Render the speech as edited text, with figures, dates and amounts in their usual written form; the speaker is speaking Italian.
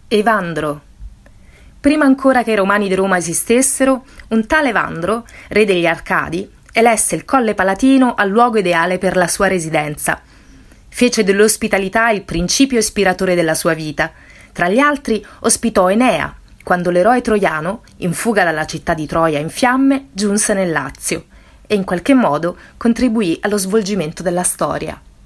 Evandro. Prima ancora che i Romani di Roma esistessero, un tale Evandro, re degli Arcadi, elesse il Colle Palatino al luogo ideale per la sua residenza. Fece dell'ospitalità il principio ispiratore della sua vita. Tra gli altri ospitò Enea, quando l'eroe troiano, in fuga dalla città di Troia in fiamme, giunse nel Lazio e in qualche modo contribuì allo svolgimento della storia.